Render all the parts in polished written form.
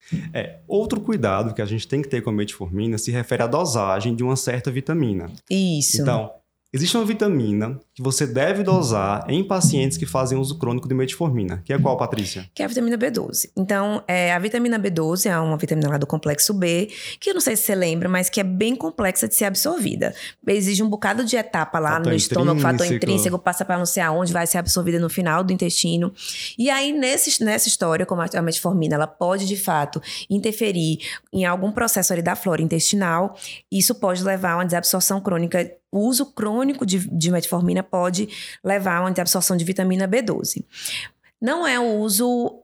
Outro cuidado que a gente tem que ter com a metformina se refere à dosagem de uma certa vitamina. Isso. Então, existe uma vitamina que você deve dosar em pacientes que fazem uso crônico de metformina. Que é qual, Patrícia? Que é a vitamina B12. Então, a vitamina B12 é uma vitamina lá do complexo B, que eu não sei se você lembra, mas que é bem complexa de ser absorvida. Exige um bocado de etapa lá Fator no estômago, fator intrínseco. intrínseco, passa para não sei aonde, vai ser absorvida no final do intestino. E aí, nessa história, como a metformina, ela pode, de fato, interferir em algum processo ali da flora intestinal. Isso pode levar a uma desabsorção crônica. O uso crônico de metformina pode levar a uma desabsorção de vitamina B12. Não é o uso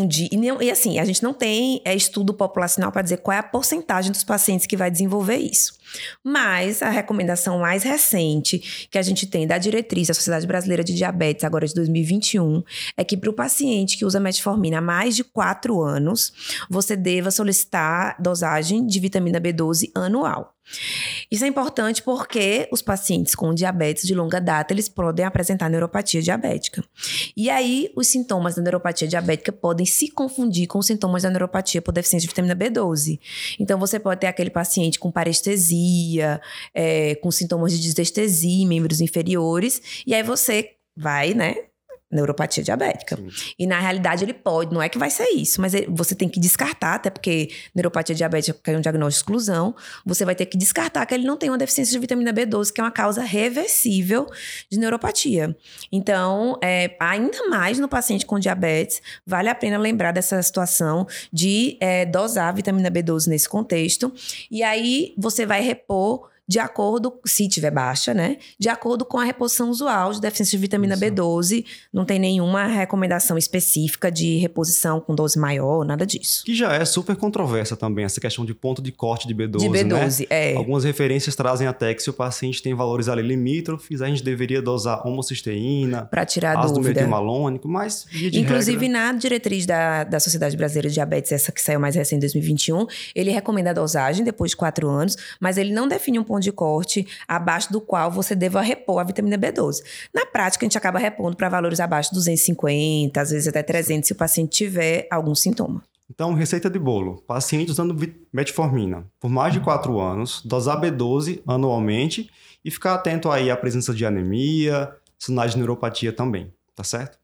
e assim, a gente não tem estudo populacional para dizer qual é a porcentagem dos pacientes que vai desenvolver isso. Mas a recomendação mais recente que a gente tem da diretriz da Sociedade Brasileira de Diabetes, agora de 2021, é que para o paciente que usa metformina há mais de 4 anos, você deva solicitar dosagem de vitamina B12 anual. Isso é importante porque os pacientes com diabetes de longa data, eles podem apresentar neuropatia diabética. E aí, os sintomas da neuropatia diabética podem se confundir com os sintomas da neuropatia por deficiência de vitamina B12. Então, você pode ter aquele paciente com parestesia, com sintomas de desestesia em membros inferiores, e aí você vai, neuropatia diabética. Sim. E na realidade ele pode, não é que vai ser isso, mas você tem que descartar, até porque neuropatia diabética é um diagnóstico de exclusão, você vai ter que descartar que ele não tem uma deficiência de vitamina B12, que é uma causa reversível de neuropatia. Então, ainda mais no paciente com diabetes, vale a pena lembrar dessa situação de dosar a vitamina B12 nesse contexto, e aí você vai repor de acordo, se tiver baixa, de acordo com a reposição usual de deficiência de vitamina B12. Não tem nenhuma recomendação específica de reposição com dose maior, nada disso. Que já é super controversa também, essa questão de ponto de corte de B12, de B12, Algumas referências trazem até que se o paciente tem valores ali limítrofes, a gente deveria dosar homocisteína, para tirar a ácido dúvida. metilmalônico, mas via de Inclusive, regra... na diretriz da Sociedade Brasileira de Diabetes, essa que saiu mais recente em 2021, ele recomenda a dosagem depois de 4 anos, mas ele não define um ponto de corte abaixo do qual você deva repor a vitamina B12. Na prática, a gente acaba repondo para valores abaixo de 250, às vezes até 300, se o paciente tiver algum sintoma. Então, receita de bolo. Paciente usando metformina por mais de 4 anos, dosar B12 anualmente e ficar atento aí à presença de anemia, sinais de neuropatia também, tá certo?